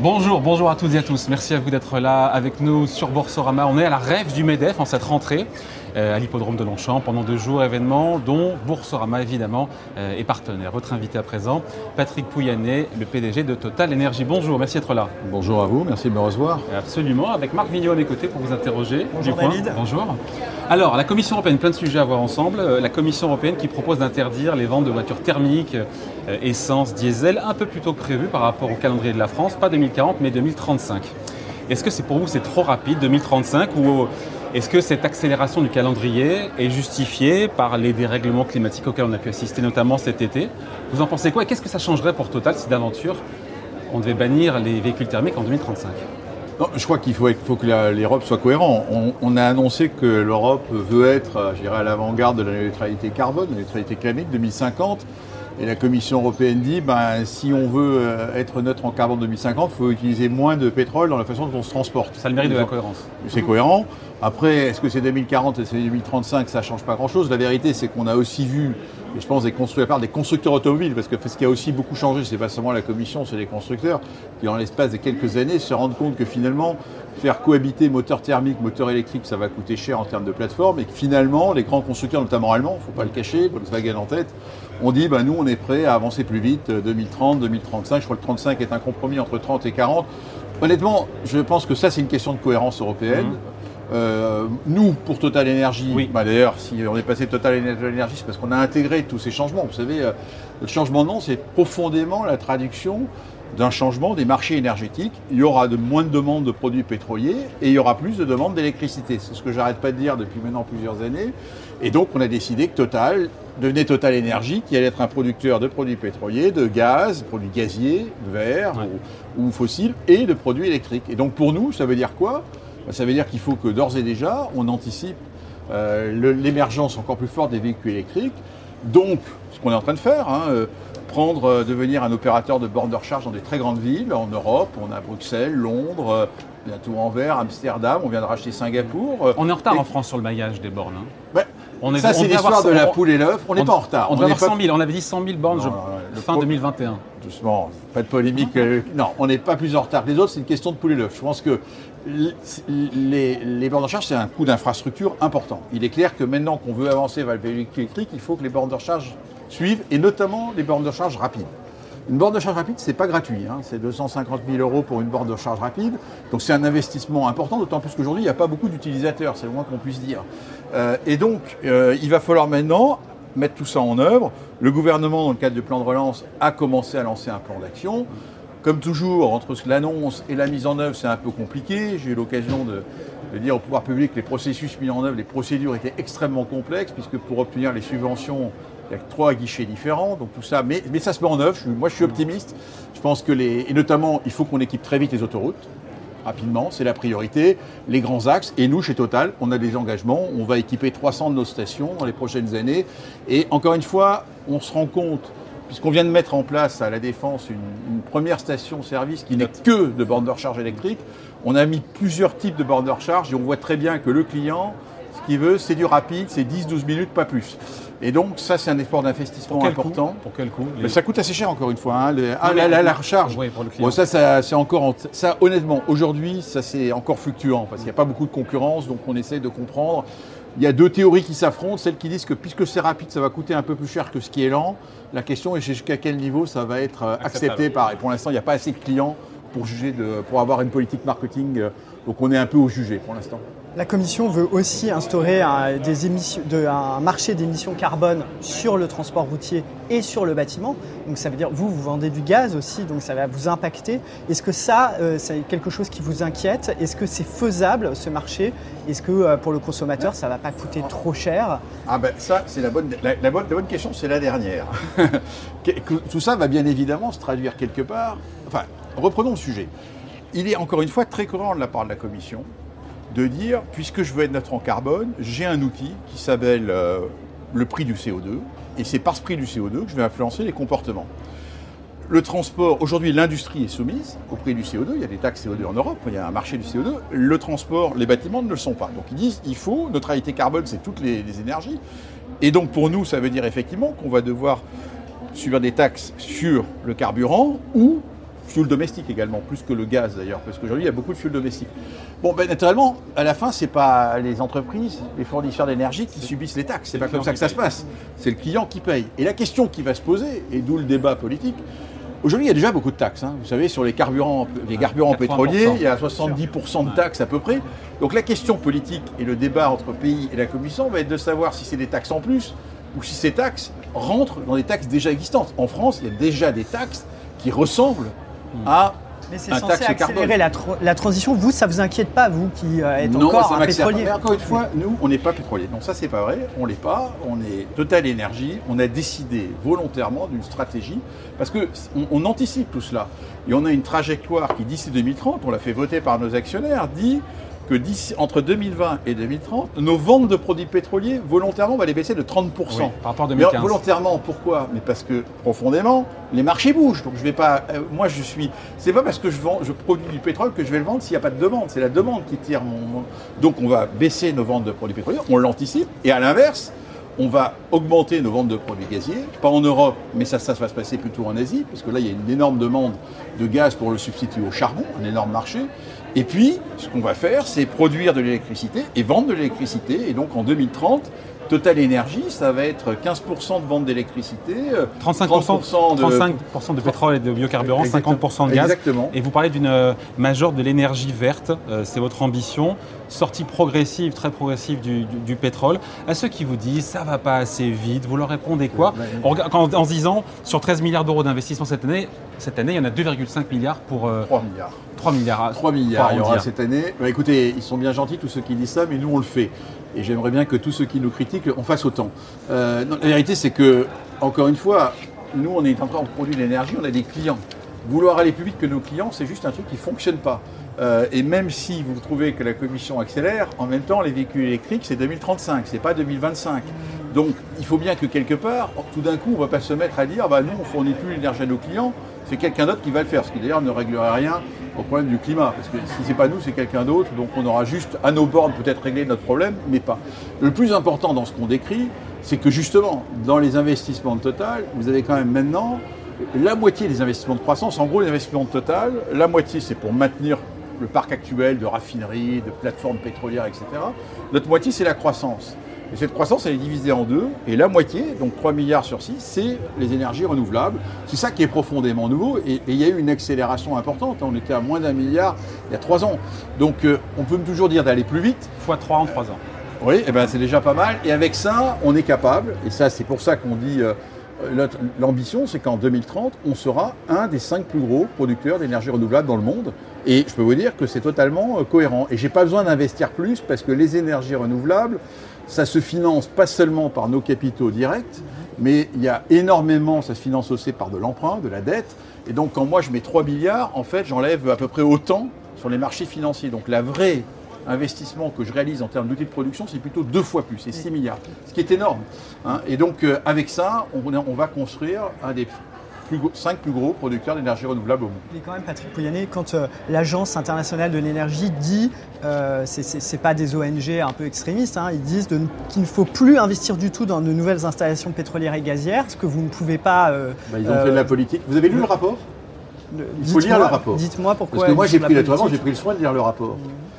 Bonjour à toutes et à tous. Merci à vous d'être là avec nous sur Boursorama. On est à la rêve du MEDEF en cette rentrée à l'hippodrome de Longchamp pendant 2 jours événements dont Boursorama évidemment est partenaire. Votre invité à présent, Patrick Pouyanné, le PDG de Total Energy. Bonjour, merci d'être là. Bonjour à vous, merci de me recevoir. Absolument, avec Marc Vignot à mes côtés pour vous interroger. Bonjour David. Bonjour. Alors, la Commission européenne, plein de sujets à voir ensemble. La Commission européenne qui propose d'interdire les ventes de voitures thermiques, essence, diesel, un peu plus tôt que prévu par rapport au calendrier de la France, pas 2040 mais 2035. Est-ce que pour vous c'est trop rapide, 2035, ou est-ce que cette accélération du calendrier est justifiée par les dérèglements climatiques auxquels on a pu assister notamment cet été? Vous en pensez quoi et qu'est-ce que ça changerait pour Total si d'aventure on devait bannir les véhicules thermiques en 2035? Non, je crois qu'il faut que l'Europe soit cohérente. On a annoncé que l'Europe veut être, je dirais, à l'avant-garde de la neutralité carbone, de la neutralité climatique 2050. Et la Commission européenne dit, si on veut être neutre en carbone 2050, il faut utiliser moins de pétrole dans la façon dont on se transporte. Ça a le mérite de la cohérence. C'est cohérent. Après, est-ce que c'est 2040 et c'est 2035? Ça ne change pas grand-chose. La vérité, c'est qu'on a aussi vu, et je pense des constructeurs automobiles, parce que ce qui a aussi beaucoup changé, c'est pas seulement la Commission, c'est les constructeurs, qui dans l'espace de quelques années se rendent compte que finalement, faire cohabiter moteur thermique, moteur électrique, ça va coûter cher en termes de plateforme, et que finalement, les grands constructeurs, notamment allemands, il ne faut pas le cacher, Volkswagen en tête, on dit, nous, on est prêt à avancer plus vite, 2030, 2035. Je crois que 35 est un compromis entre 30 et 40. Honnêtement, je pense que ça, c'est une question de cohérence européenne. Nous, pour Total Energy, oui. D'ailleurs, si on est passé de Total Energy, c'est parce qu'on a intégré tous ces changements. Vous savez, le changement de nom, c'est profondément la traduction d'un changement des marchés énergétiques. Il y aura moins de demandes de produits pétroliers et il y aura plus de demandes d'électricité. C'est ce que j'arrête pas de dire depuis maintenant plusieurs années. Et donc, on a décidé que Total devenait Total Energy, qui allait être un producteur de produits pétroliers, de gaz, produits gaziers, verts ou fossiles, et de produits électriques. Et donc, pour nous, ça veut dire quoi? Ça veut dire qu'il faut que d'ores et déjà, on anticipe l'émergence encore plus forte des véhicules électriques. Donc, ce qu'on est en train de faire, devenir un opérateur de bornes de recharge dans des très grandes villes en Europe. On a Bruxelles, Londres, bientôt Anvers, Amsterdam. On vient de racheter Singapour. On est en retard en France sur le maillage des bornes. Ça, c'est l'histoire de la poule et l'œuf. On n'est pas en retard. On doit avoir 100 000. On avait dit 100 000 bornes fin 2021. Doucement, pas de polémique. Non, on n'est pas plus en retard que les autres. C'est une question de poule et l'œuf. Je pense que les bornes de recharge, c'est un coût d'infrastructure important. Il est clair que maintenant qu'on veut avancer vers le véhicule électrique, il faut que les bornes de recharge suivent, et notamment les bornes de recharge rapides. Une borne de charge rapide, c'est pas gratuit. C'est 250 000 € pour une borne de charge rapide. Donc c'est un investissement important, d'autant plus qu'aujourd'hui, il n'y a pas beaucoup d'utilisateurs, c'est le moins qu'on puisse dire. Et donc, il va falloir maintenant mettre tout ça en œuvre. Le gouvernement, dans le cadre du plan de relance, a commencé à lancer un plan d'action. Comme toujours, entre l'annonce et la mise en œuvre, c'est un peu compliqué. J'ai eu l'occasion de dire au pouvoir public que les processus mis en œuvre, les procédures étaient extrêmement complexes, puisque pour obtenir les subventions, il y a 3 guichets différents, donc tout ça, mais ça se met en œuvre. Moi, je suis optimiste. Je pense que et notamment, il faut qu'on équipe très vite les autoroutes, rapidement, c'est la priorité, les grands axes. Et nous, chez Total, on a des engagements. On va équiper 300 de nos stations dans les prochaines années. Et encore une fois, on se rend compte, puisqu'on vient de mettre en place à La Défense une première station-service qui n'est que de bornes de recharge électriques. On a mis plusieurs types de bornes de recharge et on voit très bien que le client, ce qu'il veut, c'est du rapide, c'est 10-12 minutes, pas plus. Et donc, ça, c'est un effort d'investissement important. Pour quel coût? Mais ça coûte assez cher, encore une fois. La recharge. Oui, pour le client. Ça, c'est encore. Ça, honnêtement, aujourd'hui, ça, c'est encore fluctuant parce qu'il n'y a pas beaucoup de concurrence. Donc, on essaie de comprendre. Il y a 2 théories qui s'affrontent. Celles qui disent que puisque c'est rapide, ça va coûter un peu plus cher que ce qui est lent. La question est jusqu'à quel niveau ça va être accepté par. Et pour l'instant, il n'y a pas assez de clients pour avoir une politique marketing. Donc, on est un peu au jugé pour l'instant. La Commission veut aussi instaurer un marché d'émissions carbone sur le transport routier et sur le bâtiment. Donc ça veut dire, vous vendez du gaz aussi, donc ça va vous impacter. Est-ce que ça, c'est quelque chose qui vous inquiète? Est-ce que c'est faisable, ce marché? Est-ce que pour le consommateur, ça ne va pas coûter trop cher? Ça, c'est la bonne question, c'est la dernière. Tout ça va bien évidemment se traduire quelque part. Enfin, reprenons le sujet. Il est encore une fois très courant de la part de la Commission de dire, puisque je veux être neutre en carbone, j'ai un outil qui s'appelle le prix du CO2, et c'est par ce prix du CO2 que je vais influencer les comportements. Le transport, aujourd'hui l'industrie est soumise au prix du CO2, il y a des taxes CO2 en Europe, il y a un marché du CO2, le transport, les bâtiments ne le sont pas. Donc ils disent, il faut, neutralité carbone, c'est toutes les énergies, et donc pour nous, ça veut dire effectivement qu'on va devoir subir des taxes sur le carburant ou fuel domestique également, plus que le gaz d'ailleurs, parce qu'aujourd'hui, il y a beaucoup de fuel domestique. Bon, naturellement, à la fin, ce n'est pas les entreprises, les fournisseurs d'énergie qui subissent les taxes. C'est pas comme ça que ça se passe. C'est le client qui paye. Et la question qui va se poser, et d'où le débat politique, aujourd'hui, il y a déjà beaucoup de taxes. Vous savez, sur les carburants pétroliers, il y a 70% de taxes à peu près. Donc la question politique et le débat entre pays et la Commission va être de savoir si c'est des taxes en plus ou si ces taxes rentrent dans des taxes déjà existantes. En France, il y a déjà des taxes qui ressemblent à mais c'est censé accélérer la transition. Vous, ça ne vous inquiète pas, vous qui êtes encore un pétrolier? Mais encore une fois, nous, on n'est pas pétrolier. Donc ça, c'est pas vrai. On ne l'est pas. On est Total Énergie. On a décidé volontairement d'une stratégie parce qu'on anticipe tout cela. Et on a une trajectoire qui, d'ici 2030, on l'a fait voter par nos actionnaires, dit que entre 2020 et 2030, nos ventes de produits pétroliers, volontairement, on va les baisser de 30%. Oui, par rapport à 2015. Mais volontairement, pourquoi? Mais parce que, profondément, les marchés bougent. Donc je vais pas... C'est pas parce que je produis du pétrole que je vais le vendre s'il n'y a pas de demande. C'est la demande qui tire mon... Donc on va baisser nos ventes de produits pétroliers, on l'anticipe. Et à l'inverse, on va augmenter nos ventes de produits gaziers, pas en Europe, mais ça va se passer plutôt en Asie, parce que là, il y a une énorme demande de gaz pour le substituer au charbon, un énorme marché. Et puis, ce qu'on va faire, c'est produire de l'électricité et vendre de l'électricité. Et donc, en 2030, Total Énergie, ça va être 15% de vente d'électricité, 35% de pétrole et de biocarburants, 50% de gaz. Exactement. Et vous parlez d'une majeure de l'énergie verte, c'est votre ambition, sortie progressive, très progressive du pétrole. À ceux qui vous disent ça va pas assez vite, vous leur répondez quoi? En se disant, sur 13 milliards d'euros d'investissement cette année, il y en a 2,5 milliards pour... 3 milliards. 3 milliards. 3 milliards, il y aura cette année. Écoutez, ils sont bien gentils tous ceux qui disent ça, mais nous on le fait. Et j'aimerais bien que tous ceux qui nous critiquent, on fasse autant. La vérité, c'est que, encore une fois, nous, on est en train de produire de l'énergie, on a des clients. Vouloir aller plus vite que nos clients, c'est juste un truc qui ne fonctionne pas. Et même si vous trouvez que la Commission accélère, en même temps, les véhicules électriques, c'est 2035, c'est pas 2025. Donc, il faut bien que quelque part, tout d'un coup, on ne va pas se mettre à dire, nous, on ne fournit plus l'énergie à nos clients, c'est quelqu'un d'autre qui va le faire. Ce qui d'ailleurs ne réglerait rien au problème du climat. Parce que si ce n'est pas nous, c'est quelqu'un d'autre. Donc on aura juste à nos bornes peut-être réglé notre problème, mais pas. Le plus important dans ce qu'on décrit, c'est que justement, dans les investissements de Total, vous avez quand même maintenant la moitié des investissements de croissance. En gros, les investissements de Total, la moitié, c'est pour maintenir le parc actuel de raffineries, de plateformes pétrolières, etc. L'autre moitié, c'est la croissance. Et cette croissance, elle est divisée en deux. Et la moitié, donc 3 milliards sur 6, c'est les énergies renouvelables. C'est ça qui est profondément nouveau. Et il y a eu une accélération importante. On était à moins d'1 milliard il y a 3 ans. Donc on peut toujours dire d'aller plus vite. Fois 3 en 3 ans. Oui, c'est déjà pas mal. Et avec ça, on est capable. Et ça, c'est pour ça qu'on dit... l'ambition, c'est qu'en 2030, on sera un des 5 plus gros producteurs d'énergie renouvelable dans le monde. Et je peux vous dire que c'est totalement cohérent. Et je n'ai pas besoin d'investir plus parce que les énergies renouvelables, ça se finance pas seulement par nos capitaux directs, mais il y a énormément, ça se finance aussi par de l'emprunt, de la dette. Et donc quand moi je mets 3 milliards, en fait j'enlève à peu près autant sur les marchés financiers. Donc la vraie investissement que je réalise en termes d'outils de production, c'est plutôt 2 fois plus, c'est 6 milliards, ce qui est énorme. Et donc avec ça, on va construire un des 5 plus gros producteurs d'énergie renouvelable au monde. Et quand même, Patrick Pouyanné, quand l'Agence internationale de l'énergie dit, c'est pas des ONG un peu extrémistes, ils disent qu'il ne faut plus investir du tout dans de nouvelles installations pétrolières et gazières, ce que vous ne pouvez pas... ils ont fait de la politique. Vous avez lu le rapport? Il faut lire le rapport. Dites-moi pourquoi... Parce que moi, j'ai pris le soin de lire le rapport.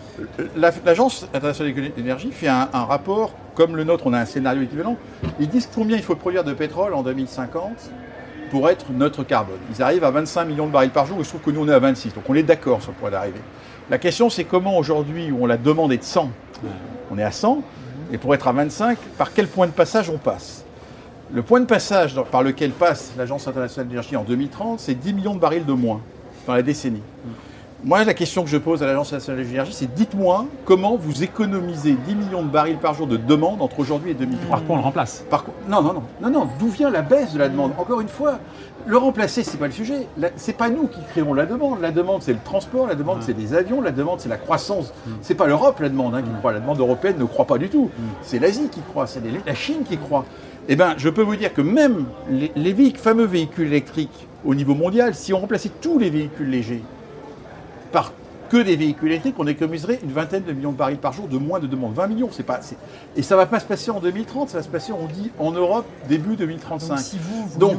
L'Agence internationale de l'énergie fait un rapport, comme le nôtre, on a un scénario équivalent. Ils disent combien il faut produire de pétrole en 2050 pour être neutre carbone. Ils arrivent à 25 millions de barils par jour, et je trouve que nous on est à 26, donc on est d'accord sur le point d'arrivée. La question c'est comment aujourd'hui, où la demande est de 100, on est à 100, et pour être à 25, par quel point de passage on passe? Le point de passage par lequel passe l'Agence internationale de l'énergie en 2030, c'est 10 millions de barils de moins dans la décennie. Moi, la question que je pose à l'Agence nationale de l'énergie, c'est dites-moi comment vous économisez 10 millions de barils par jour de demande entre aujourd'hui et 2030. Par quoi on le remplace? Non. D'où vient la baisse de la demande? Encore une fois, le remplacer, c'est pas le sujet. C'est pas nous qui créons la demande. La demande, c'est le transport. La demande, c'est des avions. La demande, c'est la croissance. C'est pas l'Europe, la demande, qui croit. La demande européenne ne croit pas du tout. C'est l'Asie qui croit. C'est la Chine qui croit. Eh bien, je peux vous dire que même les fameux véhicules électriques au niveau mondial, si on remplaçait tous les véhicules légers par que des véhicules électriques, on économiserait une vingtaine de millions de barils par jour de moins de demande. 20 millions, c'est pas. Et ça ne va pas se passer en 2030, ça va se passer, on dit, en Europe, début 2035. Donc, si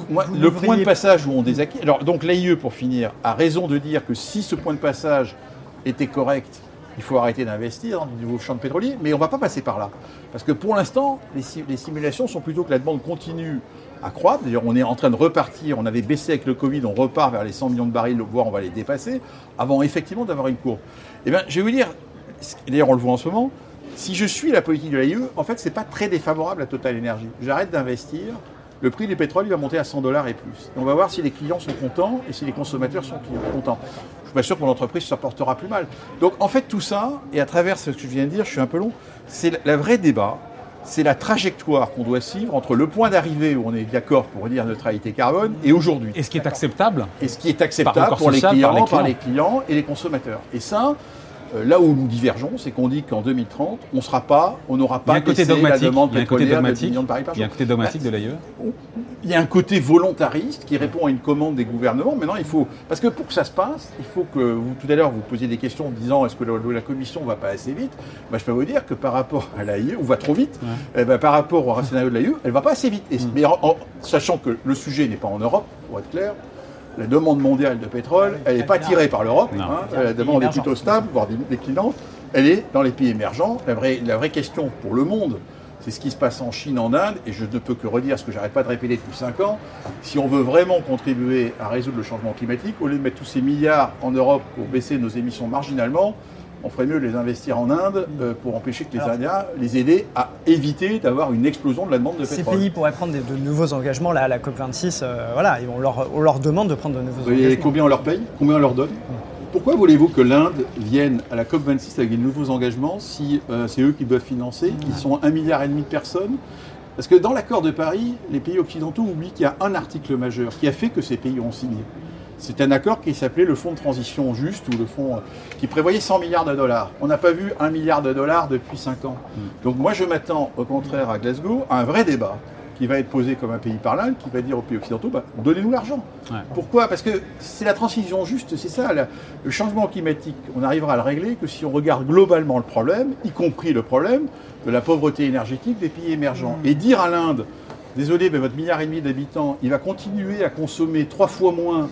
le point de passage où on désacquiert. Alors, donc l'AIE, pour finir, a raison de dire que si ce point de passage était correct, il faut arrêter d'investir dans de nouveaux champs de pétroliers, mais on ne va pas passer par là. Parce que pour l'instant, les simulations sont plutôt que la demande continue à croître. D'ailleurs, on est en train de repartir, on avait baissé avec le Covid, on repart vers les 100 millions de barils, voire on va les dépasser, avant effectivement d'avoir une courbe. Eh bien, je vais vous dire, d'ailleurs on le voit en ce moment, si je suis la politique de l'AIE, en fait, ce n'est pas très défavorable à Total Energy. J'arrête d'investir, le prix du pétrole il va monter à 100 $ et plus. Et on va voir si les clients sont contents et si les consommateurs sont contents. Je ne suis pas sûr que mon entreprise se portera plus mal. Donc en fait tout ça, et à travers ce que je viens de dire, je suis un peu long, c'est le vrai débat, c'est la trajectoire qu'on doit suivre entre le point d'arrivée où on est d'accord pour dire neutralité carbone et aujourd'hui. Et ce qui est acceptable. Et ce qui est acceptable pour les clients, par les clients et les consommateurs. Et ça, là où nous divergeons, c'est qu'on dit qu'en 2030, on n'aura pas baissé la demande pétrolière de 10 millions de barils par jour. Il y a un côté dogmatique de l'AIE. Il y a un côté volontariste qui répond à une commande des gouvernements. Maintenant, il faut... Parce que pour que ça se passe, il faut que vous, tout à l'heure, vous posiez des questions en disant est-ce que la Commission ne va pas assez vite? Je peux vous dire que par rapport à l'AIE, on va trop vite. Par rapport au scénario de l'AIE, elle ne va pas assez vite. Mais sachant que le sujet n'est pas en Europe, pour être clair, la demande mondiale de pétrole, elle n'est pas tirée par l'Europe. La demande est plutôt stable, voire déclinante. Elle est dans les pays émergents. La vraie question pour le monde, c'est ce qui se passe en Chine, en Inde, et je ne peux que redire ce que j'arrête pas de répéter depuis 5 ans. Si on veut vraiment contribuer à résoudre le changement climatique, au lieu de mettre tous ces milliards en Europe pour baisser nos émissions marginalement, on ferait mieux de les investir en Inde pour empêcher que les Indiens les aider à éviter d'avoir une explosion de la demande de pétrole. Ces pays pourraient prendre de nouveaux engagements là, à la COP26. Voilà, on leur demande de prendre de nouveaux engagements. Et combien on leur paye? Combien on leur donne? Pourquoi voulez-vous que l'Inde vienne à la COP26 avec des nouveaux engagements si c'est eux qui doivent financer, qui sont 1,5 milliard de personnes? Parce que dans l'accord de Paris, les pays occidentaux oublient qu'il y a un article majeur qui a fait que ces pays ont signé. C'est un accord qui s'appelait le Fonds de transition juste, ou le fonds qui prévoyait 100 milliards de dollars. On n'a pas vu 1 milliard de dollars depuis 5 ans. Donc moi je m'attends au contraire à Glasgow à un vrai débat qui va être posé comme un pays par l'Inde, qui va dire aux pays occidentaux, donnez-nous l'argent. Pourquoi? Parce que c'est la transition juste, c'est ça, le changement climatique, on n'arrivera à le régler que si on regarde globalement le problème, y compris le problème de la pauvreté énergétique des pays émergents. Et dire à l'Inde, désolé, mais votre 1,5 milliard d'habitants, il va continuer à consommer 3 fois moins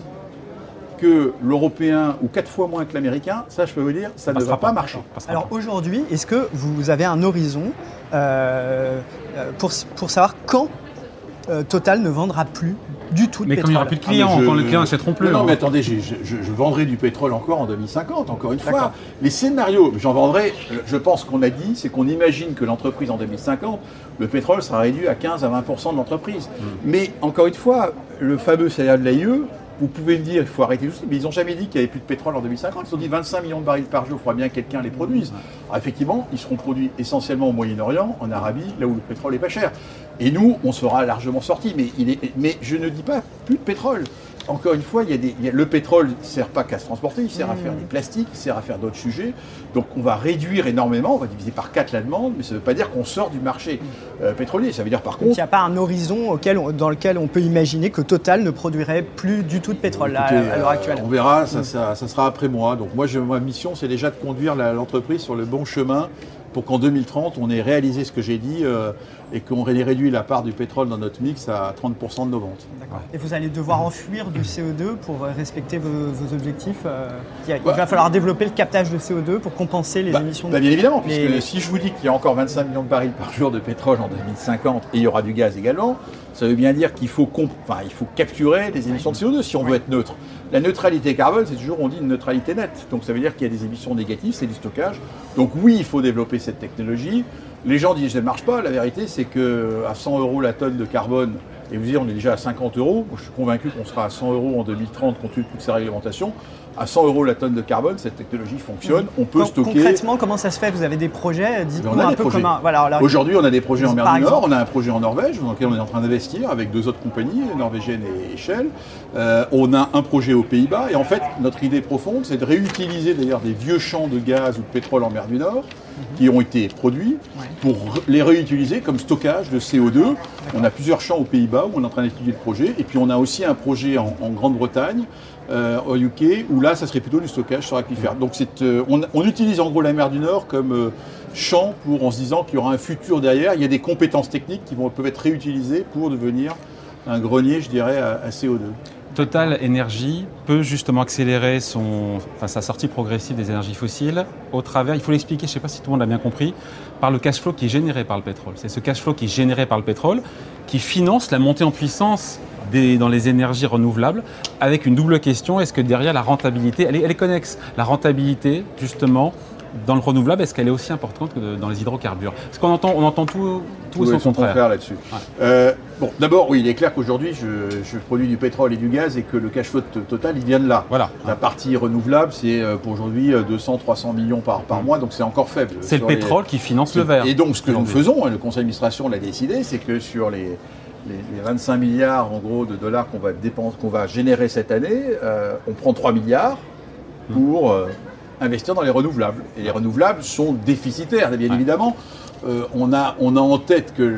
que l'Européen ou 4 fois moins que l'Américain, ça je peux vous dire, ça ne va pas marcher. Alors aujourd'hui, est-ce que vous avez un horizon pour savoir quand Total ne vendra plus du tout de pétrole? Mais comme il n'y aura plus de clients, quand les clients n'achèteront plus. Non, mais attendez, je vendrai du pétrole encore en 2050, encore une fois. Les scénarios, j'en vendrai, je pense qu'on a dit, c'est qu'on imagine que l'entreprise en 2050, le pétrole sera réduit à 15 à 20% de l'entreprise. Mais encore une fois, le fameux salaire de l'AIE, vous pouvez me dire, il faut arrêter tout ça, mais ils n'ont jamais dit qu'il n'y avait plus de pétrole en 2050. Ils ont dit 25 millions de barils par jour, il faudra bien que quelqu'un les produise. Alors effectivement, ils seront produits essentiellement au Moyen-Orient, en Arabie, là où le pétrole est pas cher. Et nous, on sera largement sortis. Mais je ne dis pas plus de pétrole. Encore une fois, le pétrole ne sert pas qu'à se transporter, il sert à faire des plastiques, il sert à faire d'autres sujets. Donc on va réduire énormément, on va diviser par 4 la demande, mais ça ne veut pas dire qu'on sort du marché pétrolier. Ça veut dire par contre... Il n'y a pas un horizon dans lequel on peut imaginer que Total ne produirait plus du tout de pétrole à l'heure actuelle. On verra, ça sera après moi. Donc moi, ma mission, c'est déjà de conduire l'entreprise sur le bon chemin pour qu'en 2030, on ait réalisé ce que j'ai dit et qu'on ait réduit la part du pétrole dans notre mix à 30% de nos ventes. D'accord. Et vous allez devoir enfuir du CO2 pour respecter vos objectifs. Il va falloir développer le captage de CO2 pour compenser les émissions de... Bien évidemment, puisque si je vous dis qu'il y a encore 25 millions de barils par jour de pétrole en 2050 et il y aura du gaz également, ça veut bien dire qu'il faut capturer les émissions de CO2 si on veut être neutre. La neutralité carbone, c'est toujours, on dit, une neutralité nette. Donc ça veut dire qu'il y a des émissions négatives, c'est du stockage. Donc oui, il faut développer cette technologie. Les gens disent que ça ne marche pas. La vérité, c'est qu'à 100 € la tonne de carbone, et vous dites on est déjà à 50 €, je suis convaincu qu'on sera à 100 € en 2030 compte tenu de toutes ces réglementations. À 100 € la tonne de carbone, cette technologie fonctionne. On peut stocker. Concrètement, comment ça se fait? Vous avez des projets? Dites-nous un peu comment. Aujourd'hui, on a des projets en mer du Nord, on a un projet en Norvège dans lequel on est en train d'investir avec 2 autres compagnies, norvégiennes et Shell. On a un projet aux Pays-Bas et en fait, notre idée profonde, c'est de réutiliser d'ailleurs des vieux champs de gaz ou de pétrole en mer du Nord qui ont été produits pour les réutiliser comme stockage de CO2. On a plusieurs champs aux Pays-Bas où on est en train d'étudier le projet. Et puis on a aussi un projet en Grande-Bretagne, au UK, où là, ça serait plutôt du stockage sur aquifère. Donc on utilise en gros la mer du Nord comme champ en se disant qu'il y aura un futur derrière. Il y a des compétences techniques qui peuvent être réutilisées pour devenir un grenier, je dirais, à CO2. Total Energy peut justement accélérer sa sortie progressive des énergies fossiles au travers, il faut l'expliquer, je ne sais pas si tout le monde l'a bien compris, par le cash flow qui est généré par le pétrole. C'est ce cash flow qui est généré par le pétrole qui finance la montée en puissance dans les énergies renouvelables, avec une double question, est-ce que derrière la rentabilité, elle est connexe, la rentabilité justement dans le renouvelable, est-ce qu'elle est aussi importante que dans les hydrocarbures? Parce qu'on entend tout et son contraire là-dessus. Ouais. Bon, d'abord, oui, il est clair qu'aujourd'hui, je produis du pétrole et du gaz et que le cash flow total, il vient de là. Voilà. La partie renouvelable, c'est pour aujourd'hui 200-300 millions par mois, donc c'est encore faible. C'est le pétrole qui finance le vert. Et donc, ce que nous faisons, et le conseil d'administration l'a décidé, c'est que sur les 25 milliards en gros de dollars qu'on va générer cette année, on prend 3 milliards pour investir dans les renouvelables. Et les renouvelables sont déficitaires, bien évidemment. On a en tête que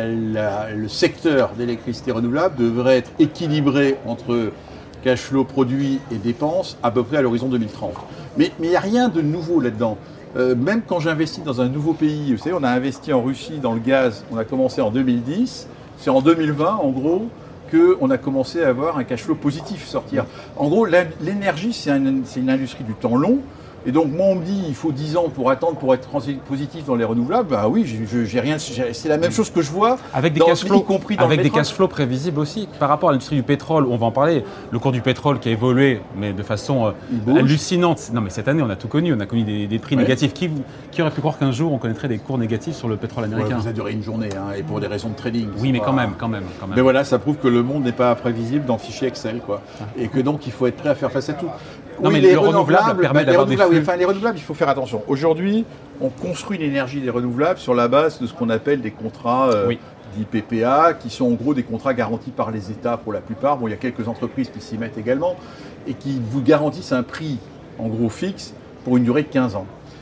le secteur d'électricité renouvelable devrait être équilibré entre cash flow produit et dépenses à peu près à l'horizon 2030. Mais il n'y a rien de nouveau là-dedans. Même quand j'investis dans un nouveau pays, vous savez, on a investi en Russie dans le gaz, on a commencé en 2010, c'est en 2020 en gros qu'on a commencé à avoir un cash flow positif sortir. En gros, l'énergie, c'est une industrie du temps long. Et donc, moi, on me dit il faut 10 ans pour attendre pour être positif dans les renouvelables. Bah oui, j'ai rien. C'est la même chose que je vois. Avec des cash flows, avec des cash flows prévisibles aussi. Par rapport à l'industrie du pétrole, on va en parler. Le cours du pétrole qui a évolué, mais de façon hallucinante. Non, mais cette année, on a tout connu. On a connu des prix négatifs. Qui aurait pu croire qu'un jour, on connaîtrait des cours négatifs sur le pétrole américain? Ça a duré une journée, et pour des raisons de trading. Oui, mais quand même. Mais voilà, ça prouve que le monde n'est pas prévisible dans le fichier Excel, quoi. Et que donc, il faut être prêt à faire face à tout. Non, mais les renouvelables permettent d'avoir des flux. Les renouvelables, il faut faire attention. Aujourd'hui, on construit l'énergie des renouvelables sur la base de ce qu'on appelle des contrats dits PPA, qui sont en gros des contrats garantis par les États pour la plupart. Bon, il y a quelques entreprises qui s'y mettent également et qui vous garantissent un prix en gros fixe pour une durée de 15 ans.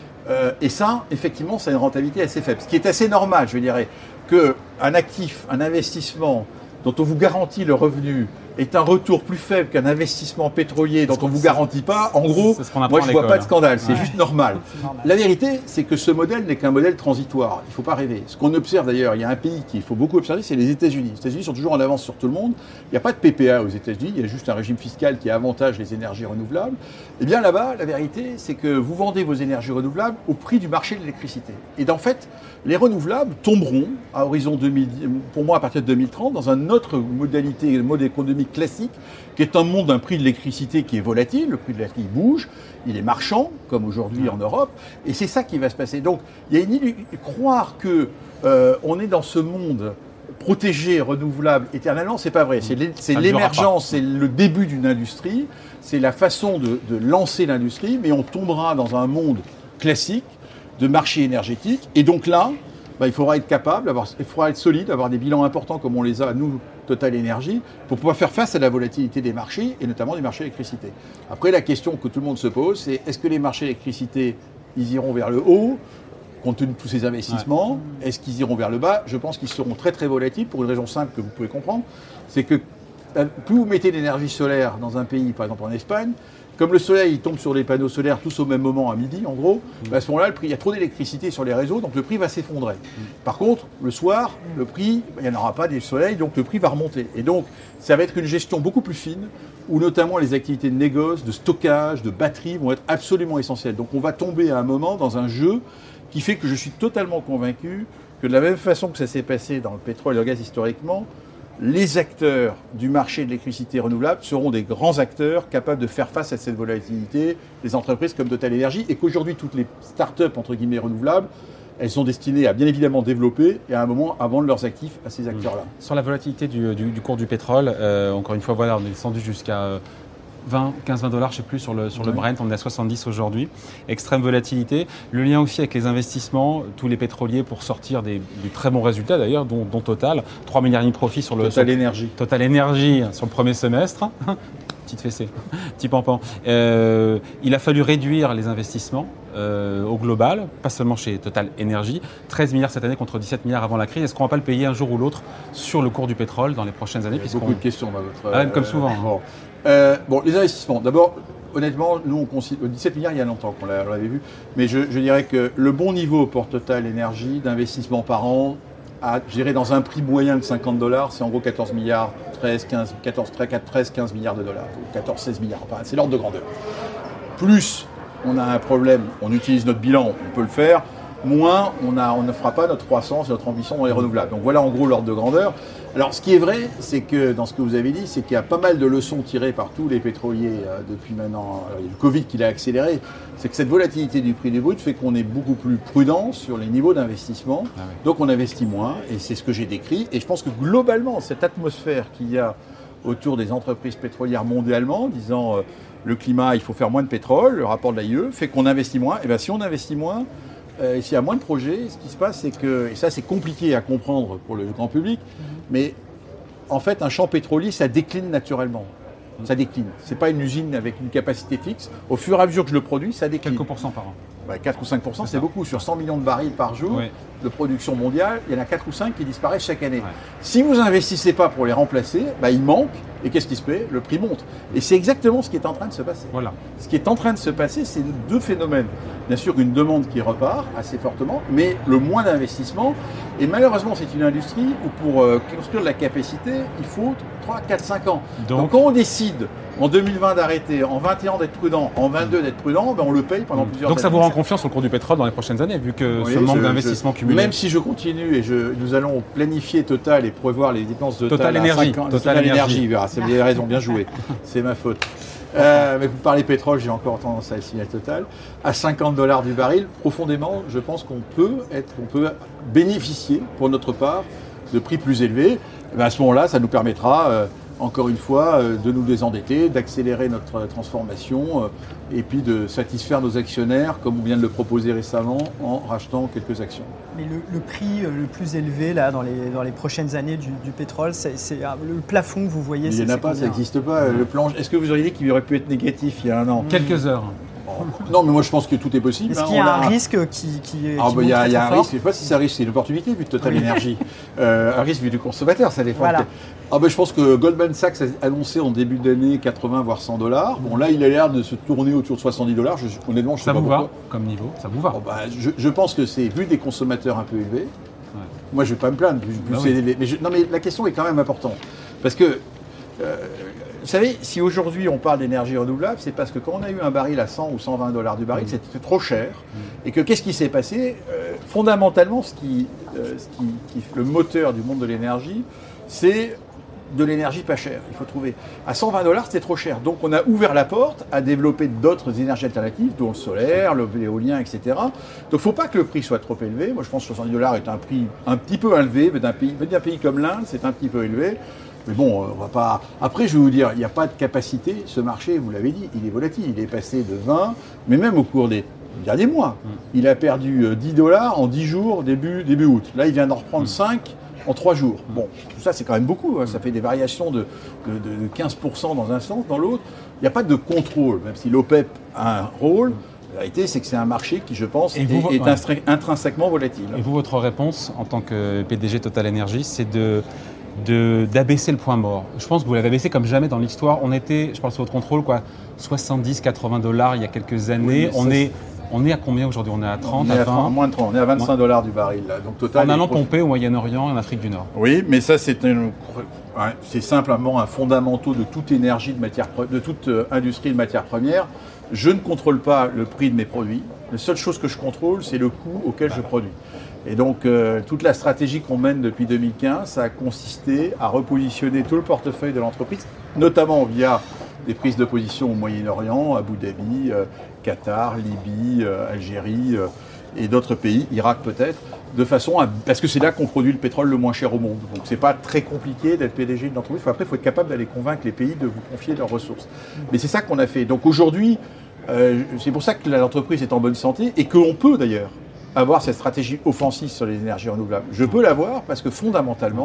Et ça, effectivement, c'est une rentabilité assez faible. Ce qui est assez normal, je dirais, qu'un actif, un investissement dont on vous garantit le revenu est un retour plus faible qu'un investissement pétrolier dont on ne vous garantit pas, en gros, moi je ne vois pas de scandale, c'est juste normal. La vérité, c'est que ce modèle n'est qu'un modèle transitoire, il ne faut pas rêver. Ce qu'on observe d'ailleurs, il y a un pays qu'il faut beaucoup observer, c'est les États-Unis. Les États-Unis sont toujours en avance sur tout le monde, il n'y a pas de PPA aux États-Unis, il y a juste un régime fiscal qui avantage les énergies renouvelables. Et bien là-bas, la vérité, c'est que vous vendez vos énergies renouvelables au prix du marché de l'électricité. Et en fait, les renouvelables tomberont à horizon 2000, pour moi à partir de 2030, dans une autre modalité, mode économique classique, qui est un monde d'un prix de l'électricité qui est volatile, le prix de l'électricité bouge, il est marchand, comme aujourd'hui en Europe, et c'est ça qui va se passer. Donc, il y a croire que on est dans ce monde protégé, renouvelable, éternellement, c'est pas vrai. C'est l'émergence, c'est le début d'une industrie, c'est la façon de lancer l'industrie, mais on tombera dans un monde classique de marché énergétique, et donc là, il faudra être capable, il faudra être solide, avoir des bilans importants comme on les a, nous, Total Energy, pour pouvoir faire face à la volatilité des marchés, et notamment des marchés d'électricité. Après, la question que tout le monde se pose, c'est est-ce que les marchés d'électricité, ils iront vers le haut, compte tenu de tous ces investissements? Est-ce qu'ils iront vers le bas? Je pense qu'ils seront très très volatiles, pour une raison simple que vous pouvez comprendre, c'est que plus vous mettez d'énergie solaire dans un pays, par exemple en Espagne, comme le soleil tombe sur les panneaux solaires tous au même moment à midi, en gros, à ce moment-là, il y a trop d'électricité sur les réseaux, donc le prix va s'effondrer. Par contre, le soir, le prix, il n'y en aura pas des soleils, donc le prix va remonter. Et donc, ça va être une gestion beaucoup plus fine, où notamment les activités de négoce, de stockage, de batterie vont être absolument essentielles. Donc on va tomber à un moment dans un jeu qui fait que je suis totalement convaincu que de la même façon que ça s'est passé dans le pétrole et le gaz historiquement, les acteurs du marché de l'électricité renouvelable seront des grands acteurs capables de faire face à cette volatilité, des entreprises comme Total Energy, et qu'aujourd'hui, toutes les start-up, entre guillemets, renouvelables, elles sont destinées à bien évidemment développer et à un moment à vendre leurs actifs à ces acteurs-là. Sur la volatilité du cours du pétrole, encore une fois, voilà, on est descendu jusqu'à 15-20 dollars, je ne sais plus, sur le Brent, on est à 70 aujourd'hui. Extrême volatilité. Le lien aussi avec les investissements, tous les pétroliers pour sortir des très bons résultats d'ailleurs, dont Total, 3 milliards et demi de profit sur le... Total Energy. Total Energy sur le premier semestre. petite fessée, petit pampan. Il a fallu réduire les investissements au global, pas seulement chez Total Energy. 13 milliards cette année contre 17 milliards avant la crise. Est-ce qu'on va pas le payer un jour ou l'autre sur le cours du pétrole dans les prochaines années? Il y a beaucoup de questions dans votre... comme souvent. Bon, les investissements. D'abord, honnêtement, nous, on considère 17 milliards, il y a longtemps qu'on l'avait vu. Mais je dirais que le bon niveau pour Total Energy d'investissement par an, je dirais dans un prix moyen de $50, c'est en gros 14 milliards, 15 milliards de dollars, ou 14, 16 milliards, enfin, c'est l'ordre de grandeur. Plus on a un problème, on utilise notre bilan, on peut le faire, moins on ne fera pas notre croissance et notre ambition dans les renouvelables. Donc voilà en gros l'ordre de grandeur. Alors ce qui est vrai, c'est que dans ce que vous avez dit, c'est qu'il y a pas mal de leçons tirées par tous les pétroliers depuis maintenant, il y a le Covid qui l'a accéléré, c'est que cette volatilité du prix du brut fait qu'on est beaucoup plus prudent sur les niveaux d'investissement, donc on investit moins, et c'est ce que j'ai décrit, et je pense que globalement, cette atmosphère qu'il y a autour des entreprises pétrolières mondialement, disant le climat, il faut faire moins de pétrole, le rapport de l'AIE, fait qu'on investit moins, et bien si on investit moins, s'il y a moins de projets, ce qui se passe, c'est que, et ça c'est compliqué à comprendre pour le grand public, mais en fait un champ pétrolier, ça décline naturellement. Ça décline. Ce n'est pas une usine avec une capacité fixe. Au fur et à mesure que je le produis, ça décline. Quelques pourcents par an. 4 ou 5%, c'est beaucoup. Sur 100 millions de barils par jour de production mondiale, il y en a 4 ou 5 qui disparaissent chaque année. Si vous n'investissez pas pour les remplacer, ils manquent. Et qu'est-ce qui se fait? Le prix monte. Et c'est exactement ce qui est en train de se passer. Voilà. Ce qui est en train de se passer, c'est deux phénomènes. Bien sûr, une demande qui repart assez fortement, mais le moins d'investissement. Et malheureusement, c'est une industrie où pour construire de la capacité, il faut 3, 4, 5 ans. Donc quand on décide en 2020 d'arrêter, en 21 d'être prudent, en 22 d'être prudent, on le paye pendant plusieurs années. Donc ça vous rend confiance au cours du pétrole dans les prochaines années, vu que ce manque d'investissement cumulé. Même si je continue et nous allons planifier Total et prévoir les dépenses de Total Energy. Total Energy, vous avez raison, bien joué, c'est ma faute. Mais vous parlez pétrole, j'ai encore tendance à estimer Total. À $50 du baril, profondément, je pense qu'on peut bénéficier pour notre part de prix plus élevés. Et à ce moment-là, ça nous permettra encore une fois, de nous désendetter, d'accélérer notre transformation et puis de satisfaire nos actionnaires, comme on vient de le proposer récemment, en rachetant quelques actions. Mais le prix le plus élevé là, dans les prochaines années du pétrole, c'est le plafond que vous voyez. Il n'y en a pas, ça n'existe pas. Le plan. Est-ce que vous auriez dit qu'il aurait pu être négatif il y a un an? Quelques heures. Non, mais moi je pense que tout est possible. Est-ce qu'il y a un risque qui est il y a un risque, je ne sais pas si c'est un risque, c'est une opportunité vu de Total Energy. Un risque vu du consommateur, ça dépend. Voilà. Je pense que Goldman Sachs a annoncé en début d'année 80 voire $100. Bon là, il a l'air de se tourner autour de $70. Honnêtement, je sais pas pourquoi. Ça vous va comme niveau? Ça vous va? Je pense que c'est vu des consommateurs un peu élevés. Moi, je ne vais pas me plaindre. Mais la question est quand même importante. Parce que vous savez, si aujourd'hui on parle d'énergie renouvelable, c'est parce que quand on a eu un baril à 100 ou $120 du baril, c'était trop cher. Et que qu'est-ce qui s'est passé? Fondamentalement, le moteur du monde de l'énergie, c'est de l'énergie pas chère. Il faut trouver. À $120, c'était trop cher. Donc on a ouvert la porte à développer d'autres énergies alternatives, dont le solaire, l'éolien, etc. Donc il ne faut pas que le prix soit trop élevé. Moi je pense que $70 est un prix un petit peu élevé, mais d'un pays comme l'Inde, c'est un petit peu élevé. Mais bon, on va pas. Après, je vais vous dire, il n'y a pas de capacité. Ce marché, vous l'avez dit, il est volatile. Il est passé de 20, mais même au cours des derniers mois, il a perdu $10 en 10 jours début août. Là, il vient d'en reprendre 5 en 3 jours. Bon, tout ça, c'est quand même beaucoup. Ça fait des variations de 15% dans un sens, dans l'autre. Il n'y a pas de contrôle, même si l'OPEP a un rôle. La vérité, c'est que c'est un marché qui, je pense, est intrinsèquement volatile. Et vous, votre réponse en tant que PDG Total Energy, c'est d'abaisser le point mort. Je pense que vous l'avez abaissé comme jamais dans l'histoire. On était, je parle sous votre contrôle, $70-80 il y a quelques années. Oui, on est à combien aujourd'hui? On est à 30, à 20? Moins de 30, on est à $25 du baril. Là. Donc, Total en allant pomper au Moyen-Orient et en Afrique du Nord. Oui, mais ça, c'est simplement un fondamental de toute énergie, de toute industrie de matières premières. Je ne contrôle pas le prix de mes produits. La seule chose que je contrôle, c'est le coût auquel je produis. Et donc, toute la stratégie qu'on mène depuis 2015, ça a consisté à repositionner tout le portefeuille de l'entreprise, notamment via des prises de position au Moyen-Orient, Abu Dhabi, Qatar, Libye, Algérie et d'autres pays, Irak peut-être, parce que c'est là qu'on produit le pétrole le moins cher au monde. Donc, c'est pas très compliqué d'être PDG d'une entreprise. Après, il faut être capable d'aller convaincre les pays de vous confier leurs ressources. Mais c'est ça qu'on a fait. Donc aujourd'hui, c'est pour ça que l'entreprise est en bonne santé et qu'on peut d'ailleurs avoir cette stratégie offensive sur les énergies renouvelables. Je peux l'avoir parce que fondamentalement,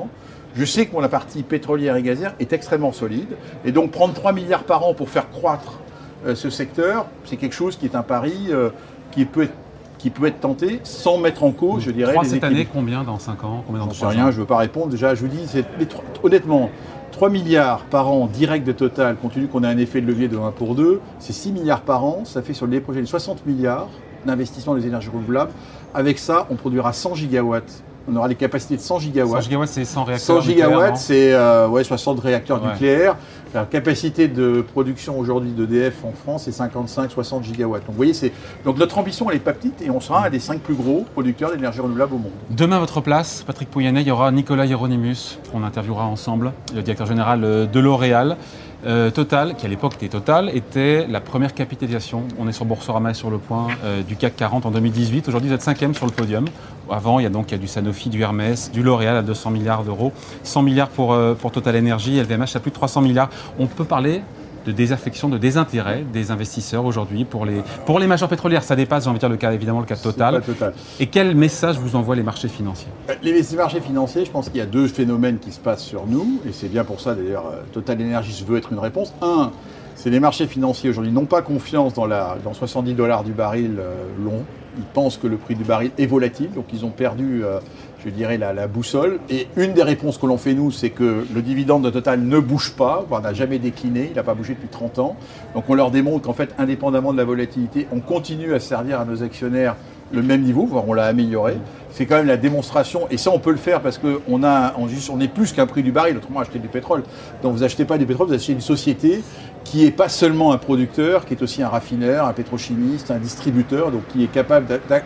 Je sais que la partie pétrolière et gazière est extrêmement solide. Et donc prendre 3 milliards par an pour faire croître ce secteur, c'est quelque chose qui est un pari qui peut être tenté sans mettre en cause, je dirais, 3 les cette année, équilibres. combien dans 5 ans, combien dans Je sais 3 rien, ans? je ne veux pas répondre. Déjà, je vous dis, honnêtement, 3 milliards par an direct de Total, compte tenu qu'on a un effet de levier de 1 pour 2, c'est 6 milliards par an. Ça fait sur les prochaines 60 milliards d'investissement dans les énergies renouvelables. Avec ça, on produira 100 gigawatts. On aura les capacités de 100 gigawatts. 100 gigawatts, c'est 100 réacteurs 100 nucléaires, gigawatts, non? c'est 60 réacteurs Ouais. nucléaires. La capacité de production aujourd'hui d'EDF en France, c'est 55-60 gigawatts. Donc vous voyez, donc notre ambition, elle n'est pas petite et on sera un des 5 plus gros producteurs d'énergie renouvelable au monde. Demain, à votre place, Patrick Pouyanné, il y aura Nicolas Hieronymus, qu'on interviewera ensemble, le directeur général de L'Oréal. Total, qui à l'époque était Total, était la première capitalisation. On est sur Boursorama et sur le point du CAC 40 en 2018. Aujourd'hui, vous êtes 5e sur le podium. Avant, il y a du Sanofi, du Hermès, du L'Oréal à 200 milliards d'euros, 100 milliards pour Total Energy, LVMH à plus de 300 milliards. On peut parler de désaffection, de désintérêt des investisseurs aujourd'hui pour les majeures pétrolières. Ça dépasse, j'ai envie de dire, évidemment le cas de Total. C'est pas Total. Et quel message vous envoient les marchés financiers? Les marchés financiers, je pense qu'il y a deux phénomènes qui se passent sur nous, et c'est bien pour ça d'ailleurs, Total Energy veut être une réponse. Un, c'est les marchés financiers aujourd'hui n'ont pas confiance dans 70 $ du baril long. Ils pensent que le prix du baril est volatile, donc ils ont perdu, je dirais, la boussole. Et une des réponses que l'on fait nous, c'est que le dividende de Total ne bouge pas, voire n'a jamais décliné, il n'a pas bougé depuis 30 ans. Donc on leur démontre qu'en fait, indépendamment de la volatilité, on continue à servir à nos actionnaires le même niveau, voire on l'a amélioré. C'est quand même la démonstration, et ça on peut le faire parce qu'on est plus qu'un prix du baril, autrement acheter du pétrole. Donc vous achetez pas du pétrole, vous achetez une société qui n'est pas seulement un producteur, qui est aussi un raffineur, un pétrochimiste, un distributeur, donc qui est capable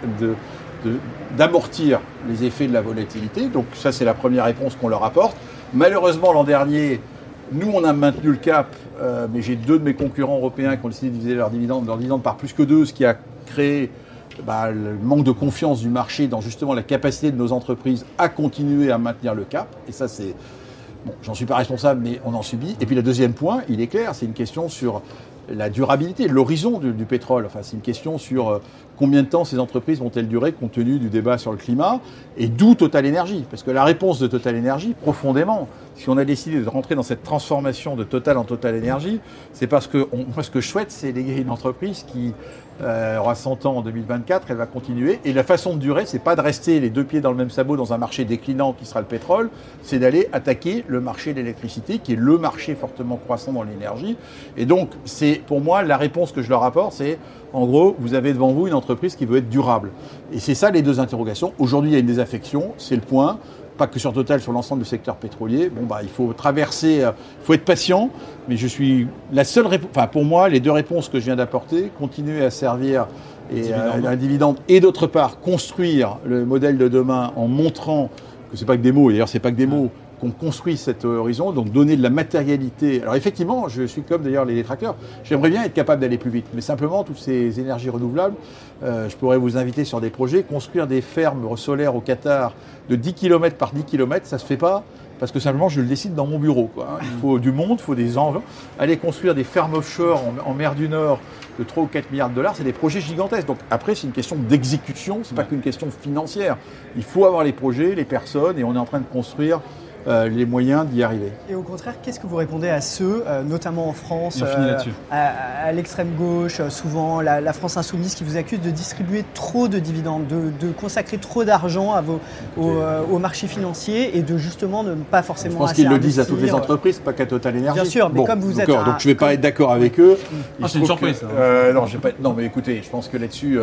d'amortir les effets de la volatilité. Donc ça c'est la première réponse qu'on leur apporte. Malheureusement l'an dernier, nous on a maintenu le cap, mais j'ai 2 de mes concurrents européens qui ont décidé de diviser leur dividende par plus que 2, ce qui a créé le manque de confiance du marché dans justement la capacité de nos entreprises à continuer à maintenir le cap. Et ça, c'est... Bon, j'en suis pas responsable, mais on en subit. Et puis le deuxième point, il est clair, c'est une question sur la durabilité, l'horizon du pétrole. Enfin, c'est une question sur combien de temps ces entreprises vont-elles durer compte tenu du débat sur le climat, et d'où Total Energy. Parce que la réponse de Total Energy, profondément, si on a décidé de rentrer dans cette transformation de Total en Total Energy, c'est parce que moi, ce que je souhaite, c'est léguer une entreprise qui aura 100 ans en 2024, elle va continuer. Et la façon de durer, c'est pas de rester les 2 pieds dans le même sabot dans un marché déclinant qui sera le pétrole, c'est d'aller attaquer le marché de l'électricité, qui est le marché fortement croissant dans l'énergie. Et donc, c'est pour moi, la réponse que je leur apporte, c'est en gros, vous avez devant vous une entreprise qui veut être durable. Et c'est ça les 2 interrogations. Aujourd'hui, il y a une désaffection, c'est le point. Pas que sur Total, sur l'ensemble du secteur pétrolier. Bon, il faut traverser, il faut être patient, mais je suis la seule réponse. Enfin, pour moi, les 2 réponses que je viens d'apporter, continuer à servir un dividende, et d'autre part, construire le modèle de demain en montrant que c'est pas que des mots, et d'ailleurs, c'est pas que des mots, qu'on construit cet horizon, donc donner de la matérialité. Alors effectivement, je suis comme d'ailleurs les détracteurs, j'aimerais bien être capable d'aller plus vite, mais simplement toutes ces énergies renouvelables, je pourrais vous inviter sur des projets, construire des fermes solaires au Qatar de 10 km par 10 km, ça se fait pas, parce que simplement je le décide dans mon bureau, quoi. Il faut du monde, il faut des enjeux. Aller construire des fermes offshore en mer du Nord de 3 ou 4 milliards de dollars, c'est des projets gigantesques. Donc après, c'est une question d'exécution, c'est pas qu'une question financière. Il faut avoir les projets, les personnes, et on est en train de construire les moyens d'y arriver. Et au contraire, qu'est-ce que vous répondez à ceux, notamment en France, Et on finit là-dessus. à l'extrême gauche, souvent la France insoumise, qui vous accuse de distribuer trop de dividendes, de consacrer trop d'argent aux marchés financiers et de justement ne pas forcément. Je pense qu'ils le disent à toutes les entreprises, pas qu'à Total Energy. Bien sûr, mais comme vous êtes. Donc je ne vais pas être d'accord avec eux. C'est une surprise. Non, mais écoutez, je pense que là-dessus,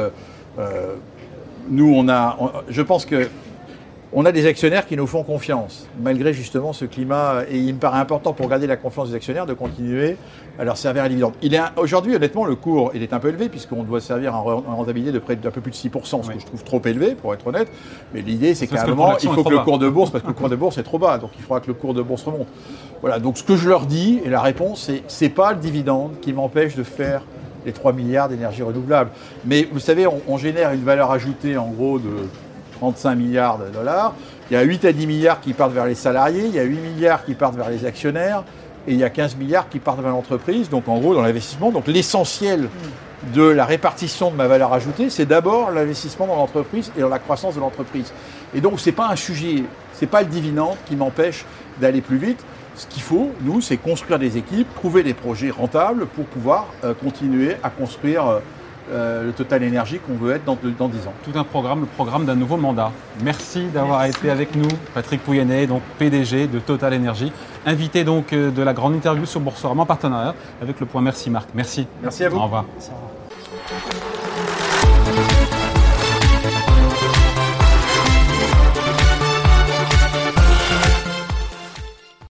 nous, je pense que on a des actionnaires qui nous font confiance, malgré justement ce climat. Et il me paraît important pour garder la confiance des actionnaires de continuer à leur servir un dividende. Aujourd'hui, honnêtement, le cours il est un peu élevé, puisqu'on doit servir un rentabilité de près d'un peu plus de 6%, ce que je trouve trop élevé, pour être honnête. Mais l'idée, c'est qu'à un moment, il faut que le cours de bourse, parce que le cours de bourse est trop bas, donc il faudra que le cours de bourse remonte. Voilà, donc ce que je leur dis, et la réponse, c'est pas le dividende qui m'empêche de faire les 3 milliards d'énergie renouvelable. Mais vous savez, on génère une valeur ajoutée, en gros, de 35 milliards de dollars. Il y a 8 à 10 milliards qui partent vers les salariés, il y a 8 milliards qui partent vers les actionnaires, et il y a 15 milliards qui partent vers l'entreprise, donc en gros dans l'investissement. Donc l'essentiel de la répartition de ma valeur ajoutée, c'est d'abord l'investissement dans l'entreprise et dans la croissance de l'entreprise. Et donc c'est pas un sujet c'est pas le dividende qui m'empêche d'aller plus vite. Ce qu'il faut, nous, c'est construire des équipes, trouver des projets rentables pour pouvoir continuer à construire le Total Energy qu'on veut être dans 10 ans. Tout un programme, le programme d'un nouveau mandat. Merci d'avoir été avec nous, Patrick Pouyanné, donc PDG de Total Energy, invité donc de la grande interview sur Boursorama en partenariat avec Le Point. Merci Marc. Merci. Merci à vous. Au revoir. Ça va.